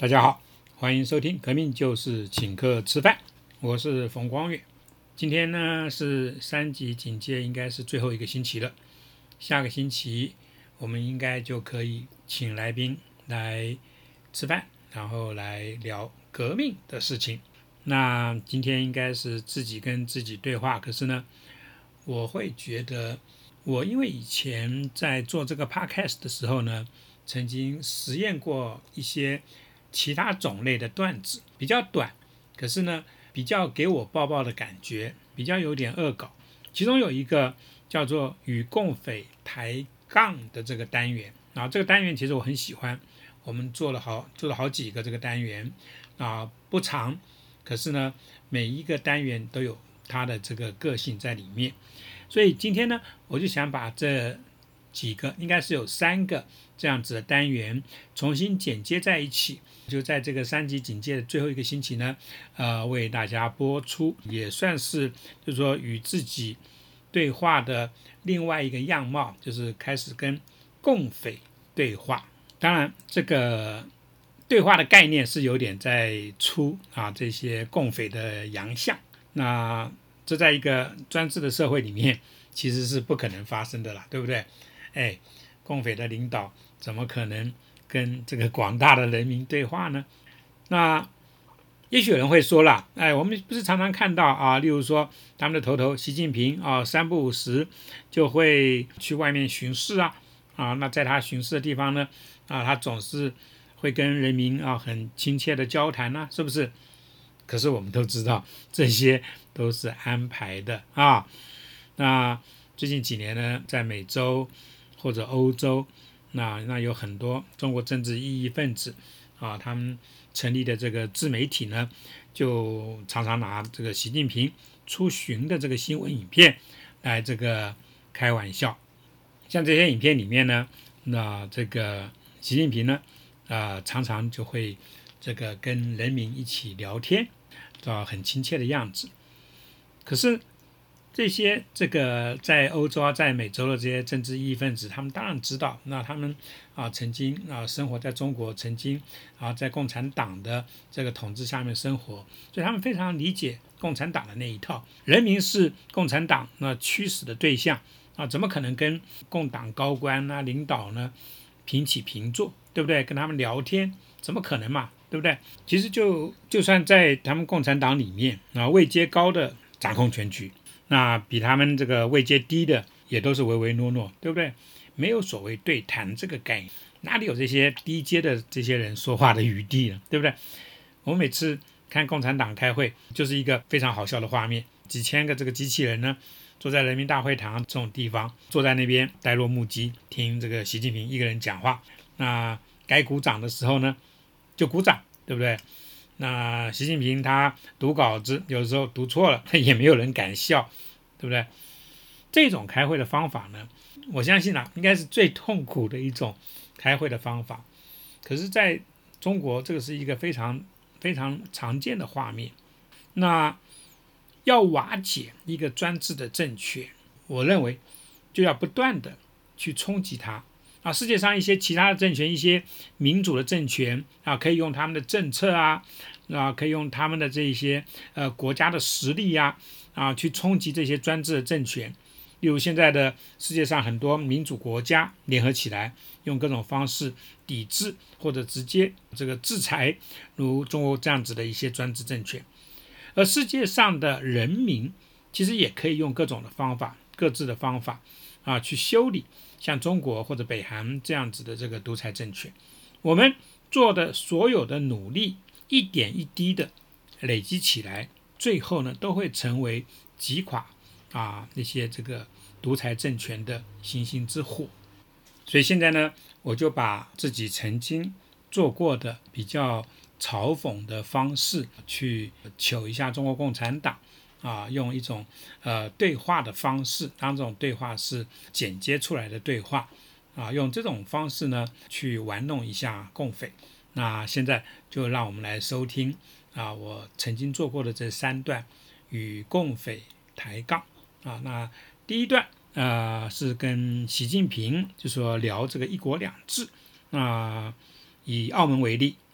大家好，欢迎收听革命就是请客吃饭，我是冯光远。今天呢是3级警戒，应该是最后一个星期了。下个星期我们应该就可以请来宾来吃饭，然后来聊革命的事情。那今天应该是自己跟自己对话，可是呢，我会觉得因为以前在做这个 podcast 的时候呢，曾经实验过一些其他种类的段子，比较短，可是呢比较给我抱抱的感觉，比较有点恶搞。其中有一个叫做与共匪抬杠的这个单元，然后这个单元其实我很喜欢，我们做了好几个这个单元不长，可是呢每一个单元都有它的这个个性在里面。所以今天呢我就想把这几个，应该是有3个这样子的单元重新剪接在一起，就在这个3级警戒的最后一个星期呢为大家播出，也算是就是说与自己对话的另外一个样貌，就是开始跟共匪对话。当然这个对话的概念是有点在出这些共匪的洋相，那这在一个专制的社会里面其实是不可能发生的啦，对不对？共匪的领导怎么可能跟这个广大的人民对话呢？那也许有人会说啦，我们不是常常看到例如说他们的头习近平3不5时就会去外面巡视那在他巡视的地方呢他总是会跟人民很亲切的交谈是不是？可是我们都知道这些都是安排的那最近几年呢，在美洲或者欧洲，那有很多中国政治异议分子他们成立的这个自媒体呢，就常常拿这个习近平出巡的这个新闻影片来这个开玩笑。像这些影片里面呢，那这个习近平呢常常就会这个跟人民一起聊天很亲切的样子。可是这些这个在欧洲在美洲的这些政治异议分子，他们当然知道，那他们曾经生活在中国，曾经在共产党的这个统治下面生活，所以他们非常理解共产党的那一套。人民是共产党驱使的对象怎么可能跟共党高官领导呢平起平坐，对不对？跟他们聊天怎么可能嘛，对不对？其实就算在他们共产党里面位阶高的掌控全局，那比他们这个位阶低的也都是唯唯诺诺，对不对？没有所谓对谈这个概念，哪里有这些低阶的这些人说话的余地呢？对不对？我们每次看共产党开会，就是一个非常好笑的画面，几千个这个机器人呢坐在人民大会堂这种地方，坐在那边呆若木鸡，听这个习近平一个人讲话。那该鼓掌的时候呢就鼓掌，对不对？那习近平他读稿子有时候读错了也没有人敢笑，对不对？这种开会的方法呢，我相信应该是最痛苦的一种开会的方法。可是在中国这个是一个非常非常常见的画面。那要瓦解一个专制的政权，我认为就要不断的去冲击它世界上一些其他的政权，一些民主的政权可以用他们的政策可以用他们的这些国家的实力去冲击这些专制的政权。例如现在的世界上很多民主国家联合起来，用各种方式抵制或者直接这个制裁如中国这样子的一些专制政权。而世界上的人民其实也可以用各种的方法，各自的方法去修理像中国或者北韩这样子的这个独裁政权。我们做的所有的努力一点一滴的累积起来，最后呢都会成为击垮那些这个独裁政权的星星之火。所以现在呢，我就把自己曾经做过的比较嘲讽的方式去求一下中国共产党用一种对话的方式，当这种对话是剪接出来的对话用这种方式呢去玩弄一下共匪。那现在就让我们来收听我曾经做过的这3段与共匪抬杠那第一段是跟习近平就说聊这个一国两制以澳门为例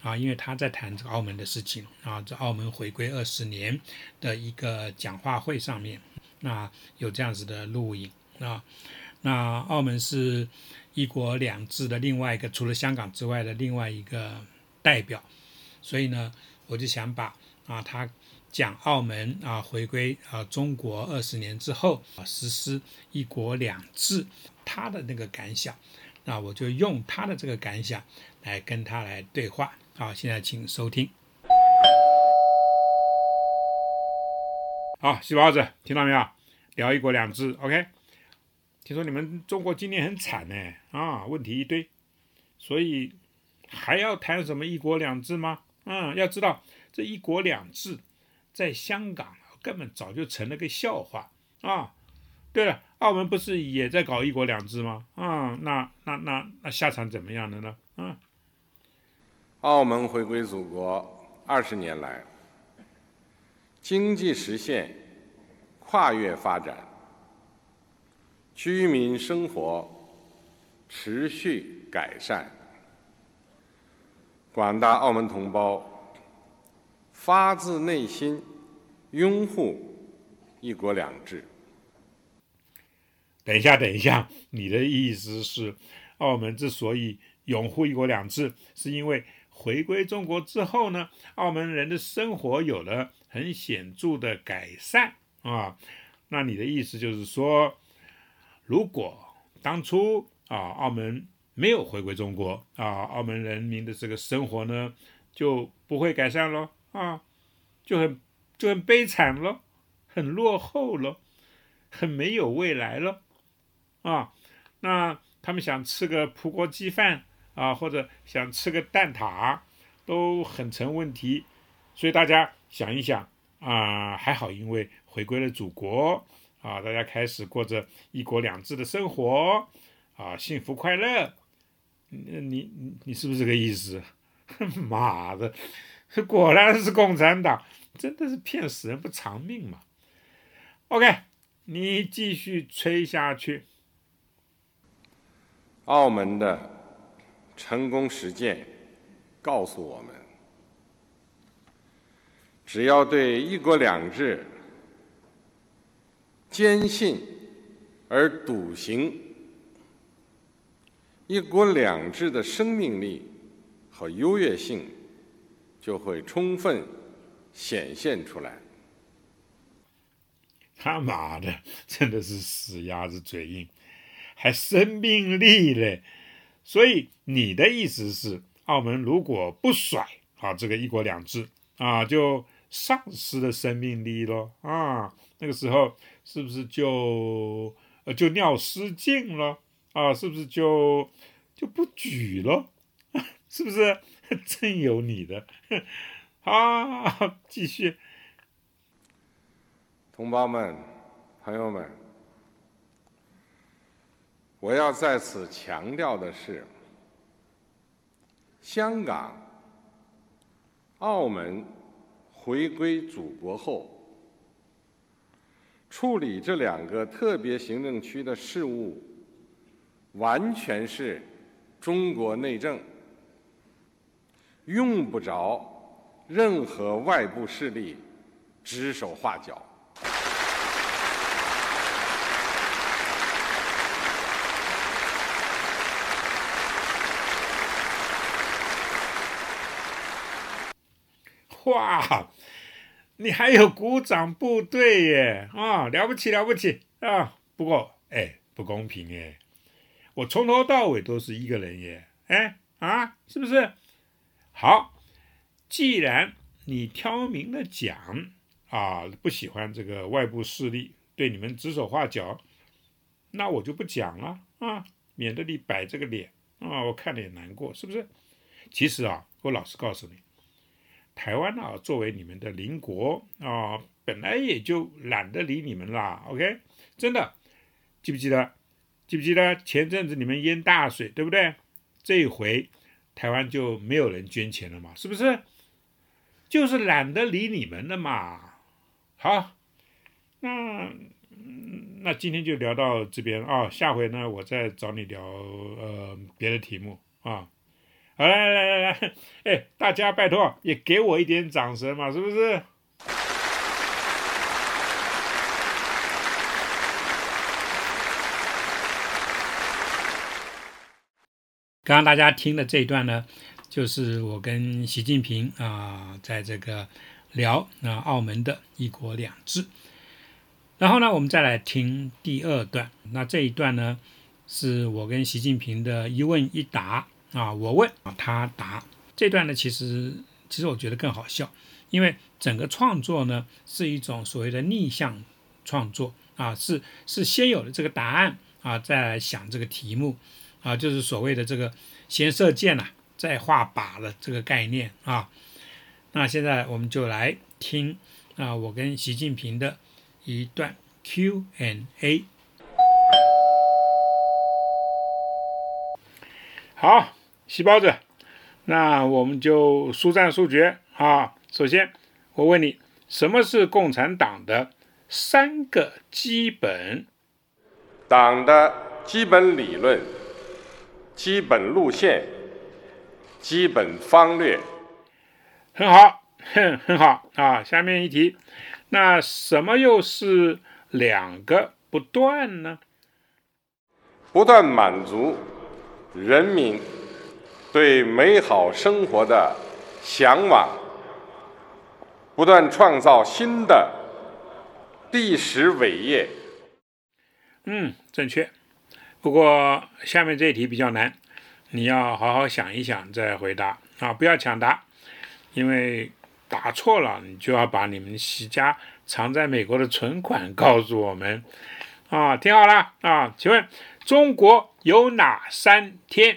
啊，因为他在谈这个澳门的事情啊，这澳门回归20年的一个讲话会上面，那有这样子的录影啊。那澳门是一国两制的另外一个，除了香港之外的另外一个代表，所以呢，我就想把他讲澳门回归中国20年之后实施一国两制，他的那个感想，那我就用他的这个感想来跟他来对话。好，现在请收听。好，细胞子听到没有？聊一国两制 ，OK？ 听说你们中国今年很惨呢，问题一堆，所以还要谈什么一国两制吗？要知道这一国两制在香港根本早就成了个笑话啊。对了，澳门不是也在搞一国两制吗？那下场怎么样的呢？ 澳门回归祖国20年来，经济实现跨越发展，居民生活持续改善，广大澳门同胞发自内心拥护一国两制。 等一下，你的意思是，澳门之所以拥护一国两制，是因为回归中国之后呢，澳门人的生活有了很显著的改善啊？那你的意思就是说，如果当初澳门没有回归中国澳门人民的这个生活呢就不会改善咯就很悲惨咯，很落后咯，很没有未来咯那他们想吃个葡国鸡饭或者想吃个蛋挞都很成问题，所以大家想一想还好，因为回归了祖国大家开始过着一国两制的生活幸福快乐。你是不是这个意思？妈的，果然是共产党，真的是骗死人不偿命嘛。OK， 你继续吹下去。 澳门的成功实践告诉我们，只要对一国两制坚信而笃行，一国两制的生命力和优越性就会充分显现出来。 他妈的，真的是死鸭子嘴硬，还生命力嘞！所以你的意思是，澳门如果不甩这个一国两制就丧失了生命力咯那个时候是不是就尿失禁了是不是就不举了？是不是？真有你的！好，继续。 同胞们、朋友们，我要在此强调的是，香港、澳门回归祖国后，处理这2个特别行政区的事务，完全是中国内政，用不着任何外部势力指手画脚。 哇，你还有鼓掌部队耶了不起了不起不过不公平我从头到尾都是一个人耶是不是？好，既然你挑明了讲不喜欢这个外部势力对你们指手画脚，那我就不讲了免得你摆这个脸我看了也难过，是不是？其实我老实告诉你，台湾作为你们的邻国本来也就懒得理你们啦 ，OK？ 真的，记不记得前阵子你们淹大水，对不对？这一回台湾就没有人捐钱了嘛，是不是？就是懒得理你们了嘛。好，那今天就聊到这边下回呢我再找你聊别的题目好，来，哎，大家拜托也给我一点掌声嘛，是不是？刚刚大家听的这一段呢，就是我跟习近平在这个聊澳门的一国两制。然后呢，我们再来听第二段。那这一段呢，是我跟习近平的一问一答我问他答。这段呢，其实我觉得更好笑，因为整个创作呢是一种所谓的逆向创作是先有了这个答案再来想这个题目就是所谓的这个先射箭再画靶的这个概念那现在我们就来听我跟习近平的一段 Q&A。 好，细胞子，那我们就速战速决首先我问你，什么是共产党的3个基本？ 党的基本理论、基本路线、基本方略。 很好，很好下面一题，那什么又是2个不断呢？ 不断满足人民对美好生活的向往，不断创造新的历史伟业。 正确。不过下面这一题比较难，你要好好想一想再回答不要抢答，因为答错了你就要把你们习家藏在美国的存款告诉我们听好了请问中国有哪3天？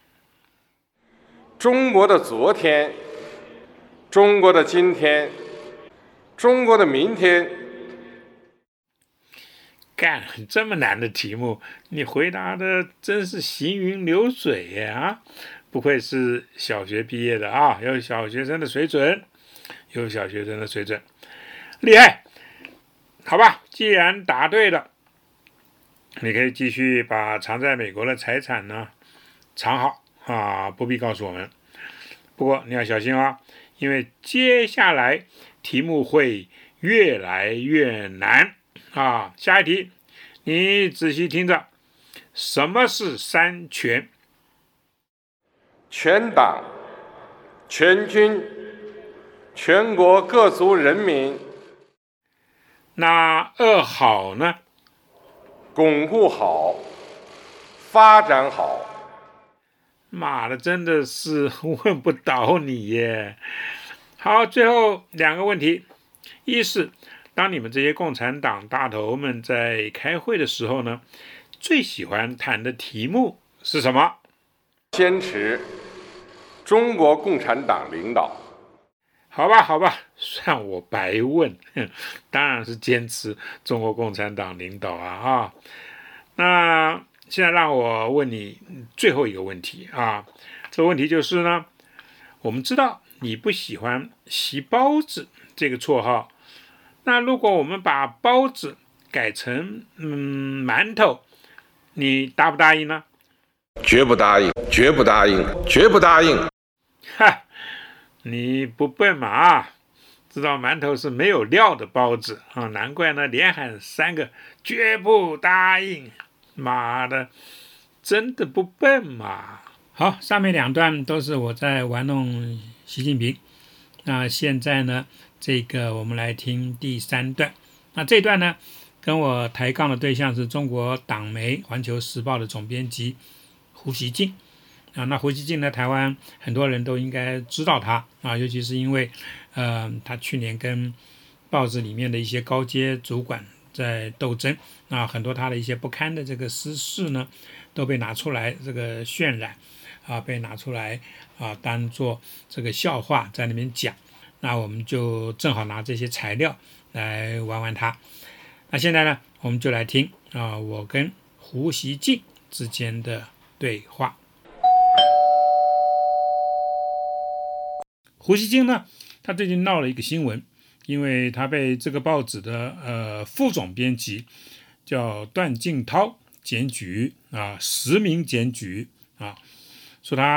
中国的昨天，中国的今天，中国的明天。 干这么难的题目，你回答的真是行云流水不愧是小学毕业的有小学生的水准，厉害。好吧，既然答对了，你可以继续把藏在美国的财产呢藏好不必告诉我们。不过你要小心因为接下来题目会越来越难下一题你仔细听着，什么是3权？ 全党、全军、全国各族人民。 那2好呢？ 巩固好，发展好。 妈的，真的是问不倒你耶。好，最后2个问题，一是当你们这些共产党大头们在开会的时候呢，最喜欢谈的题目是什么？ 坚持中国共产党领导。 好吧，算我白问，当然是坚持中国共产党领导那现在让我问你最后一个问题这个问题就是呢，我们知道你不喜欢习包子这个绰号，那如果我们把包子改成馒头，你答不答应呢？ 绝不答应，绝不答应，绝不答应。 你不笨嘛知道馒头是没有料的包子难怪呢连喊3个绝不答应。妈的，真的不笨嘛。好，上面2段都是我在玩弄习近平，那现在呢这个我们来听第3段。那这段呢跟我抬杠的对象是中国党媒《环球时报》的总编辑胡锡进那胡锡进呢，台湾很多人都应该知道他尤其是因为他去年跟报纸里面的一些高阶主管在斗争很多他的一些不堪的这个私事呢都被拿出来这个渲染被拿出来当做这个笑话在那边讲，那我们就正好拿这些材料来玩玩他。那现在呢我们就来听我跟胡锡进之间的对话。胡锡进呢，他最近闹了一个新闻，因为他被这个报纸的副总编辑叫段敬涛检举实名检举说他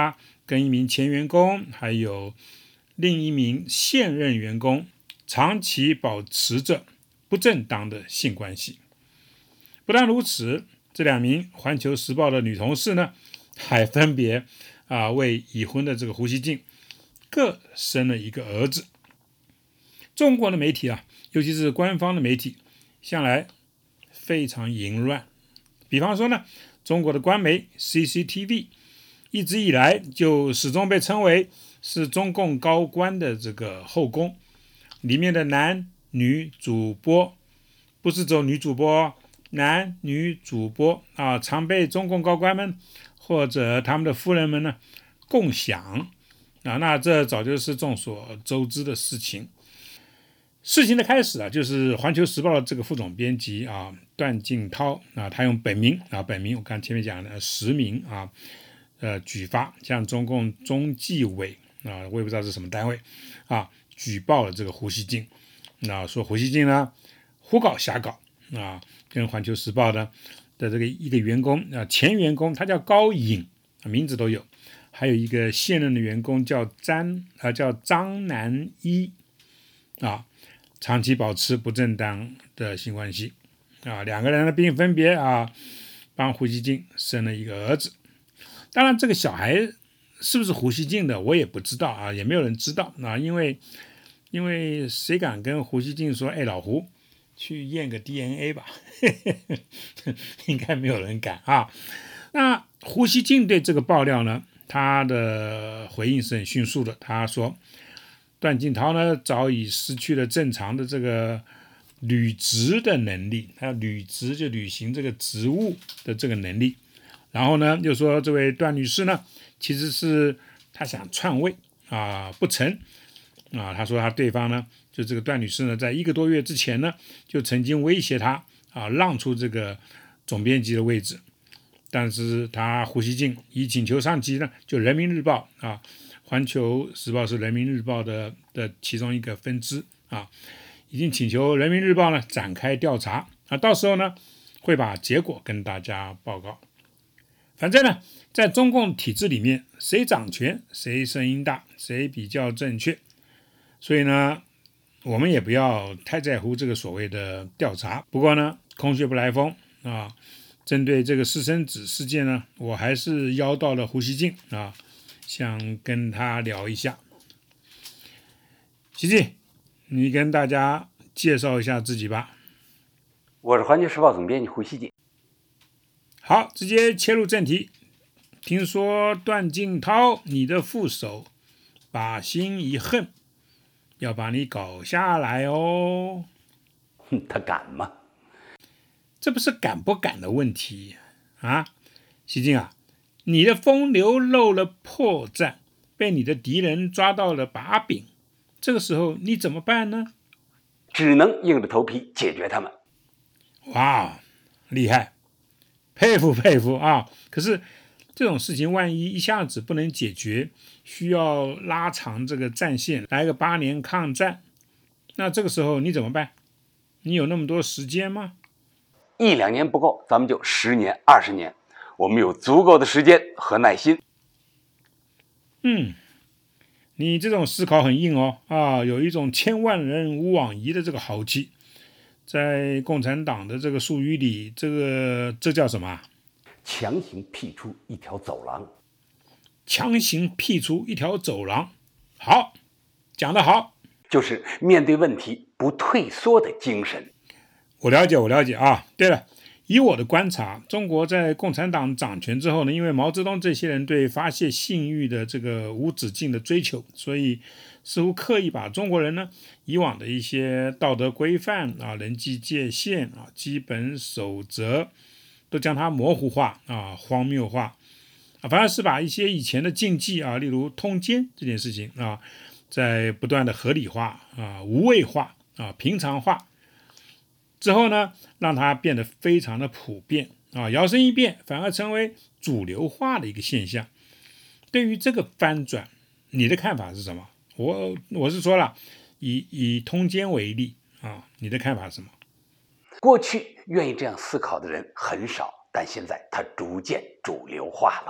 跟一名前员工还有另一名现任员工长期保持着不正当的性关系。不但如此，这2名《环球时报》的女同事呢，还分别为已婚的这个胡锡进各生了一个儿子。中国的媒体尤其是官方的媒体，向来非常淫乱。比方说呢，中国的官媒 CCTV 一直以来就始终被称为是中共高官的这个后宫，里面的男女主播不是只有女主播，男女主播常被中共高官们或者他们的夫人们呢共享那这早就是众所周知的事情。事情的开始就是《环球时报》的这个副总编辑段静涛他用本名我刚前面讲的实名举发向中共中纪委我也不知道是什么单位举报了这个胡锡进，说胡锡进呢胡搞瞎搞跟《环球时报》的这个一个员工前员工他叫高颖，名字都有，还有一个现任的员工叫张南一长期保持不正当的性关系2个人呢并分别帮胡锡进生了一个儿子。当然这个小孩是不是胡锡进的我也不知道也没有人知道因为谁敢跟胡锡进说老胡去验个 DNA 吧应该没有人敢那胡锡进对这个爆料呢，他的回应是很迅速的。他说段静涛呢早已失去了正常的这个履职的能力，他履职就履行这个职务的这个能力。然后呢又说这位段女士呢其实是她想篡位不成他说他对方呢就这个段女士呢在1个多月之前呢就曾经威胁他让出这个总编辑的位置，但是他胡锡进已请求上级呢就人民日报环球时报是人民日报的其中一个分支已经请求人民日报呢展开调查到时候呢会把结果跟大家报告。反正呢在中共体制里面，谁掌权谁声音大，谁比较正确，所以呢我们也不要太在乎这个所谓的调查。不过呢空穴不来风针对这个私生子事件呢，我还是邀到了胡锡进想跟他聊一下。锡进，你跟大家介绍一下自己吧。 我是环球时报总编辑胡锡进。 好，直接切入正题。听说段静涛你的副手把心一横，要把你搞下来哦。 他敢吗？ 这不是敢不敢的问题锡进你的风流露了破绽，被你的敌人抓到了把柄，这个时候你怎么办呢？ 只能硬着头皮解决他们。 哇，厉害，佩服佩服可是这种事情万一一下子不能解决，需要拉长这个战线，来个8年抗战，那这个时候你怎么办？你有那么多时间吗 ？1、2年不够，咱们就10年、20年，我们有足够的时间和耐心。 你这种思考很硬有一种千万人无往矣的这个豪气。在共产党的这个术语里，这叫什么？ 强行辟出一条走廊。 强行辟出一条走廊，好，讲得好， 就是面对问题不退缩的精神。 我了解对了，以我的观察，中国在共产党掌权之后呢，因为毛泽东这些人对发泄性欲的这个无止境的追求，所以似乎刻意把中国人呢以往的一些道德规范人际界限基本守则都将它模糊化荒谬化反而是把一些以前的禁忌例如通奸这件事情在不断的合理化无谓化平常化之后呢，让它变得非常的普遍摇身一变，反而成为主流化的一个现象。对于这个翻转，你的看法是什么？我是说了，以通奸为例你的看法是什么？ 过去愿意这样思考的人很少，但现在它逐渐主流化了。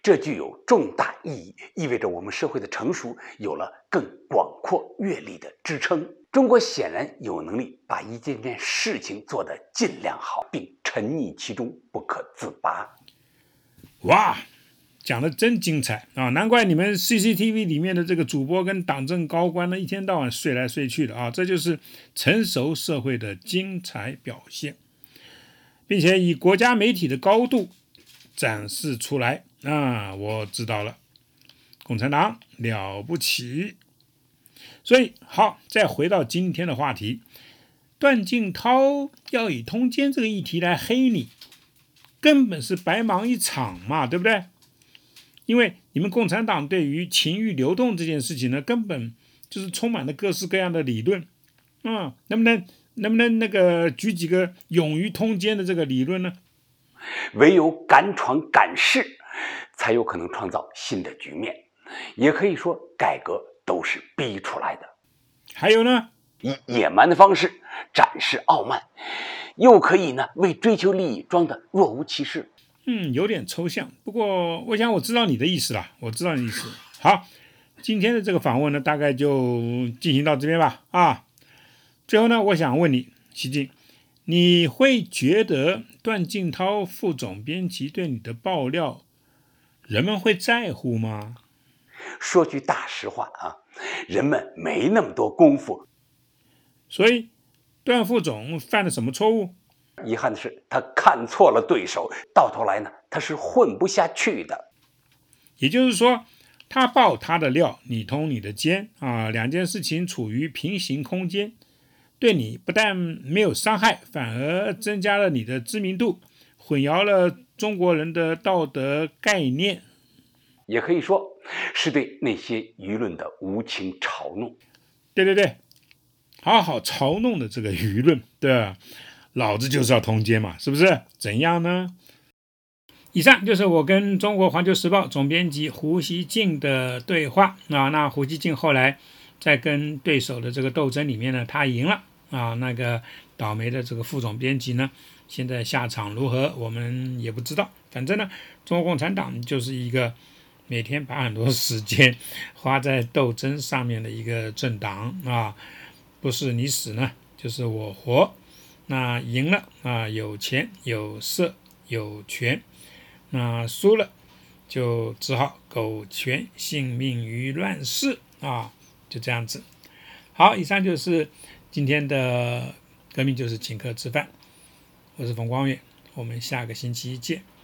这具有重大意义，意味着我们社会的成熟有了更广阔阅历的支撑。中国显然有能力把一件件事情做得尽量好，并沉溺其中不可自拔。 哇，讲得真精彩啊！难怪你们 CCTV 里面的这个主播跟党政高官呢，一天到晚睡来睡去的啊，这就是成熟社会的精彩表现，并且以国家媒体的高度展示出来啊！我知道了，共产党了不起。所以好，再回到今天的话题，段静涛要以通奸这个议题来黑你，根本是白忙一场嘛，对不对？因为你们共产党对于情欲流动这件事情呢，根本就是充满了各式各样的理论。能不能那个举几个勇于通奸的这个理论呢？ 唯有敢闯敢试，才有可能创造新的局面。也可以说，改革都是逼出来的。 还有呢， 以野蛮的方式展示傲慢，又可以呢为追求利益装得若无其事。 有点抽象，不过我想我知道你的意思了，我知道你的意思。好，今天的这个访问呢，大概就进行到这边吧。最后呢，我想问你，习近，你会觉得段静涛副总编辑对你的爆料，人们会在乎吗？ 说句大实话啊，人们没那么多功夫。 所以，段副总犯了什么错误？ 遗憾的是，他看错了对手，到头来呢，他是混不下去的。 也就是说，他爆他的料，你通你的奸啊，两件事情处于平行空间，对你不但没有伤害，反而增加了你的知名度，混淆了中国人的道德概念。 也可以说是对那些舆论的无情嘲弄。 对，好好嘲弄的这个舆论，对吧？老子就是要通奸嘛，是不是？怎样呢？以上就是我跟中国环球时报总编辑胡锡进的对话啊。那胡锡进后来在跟对手的这个斗争里面呢，他赢了啊。那个倒霉的这个副总编辑呢，现在下场如何，我们也不知道。反正呢，中国共产党就是一个每天把很多时间花在斗争上面的一个政党啊，不是你死呢，就是我活。那赢了啊，有钱有色有权；那输了就只好苟全性命于乱世啊，就这样子。好，以上就是今天的革命就是请客吃饭，我是冯光远，我们下个星期见。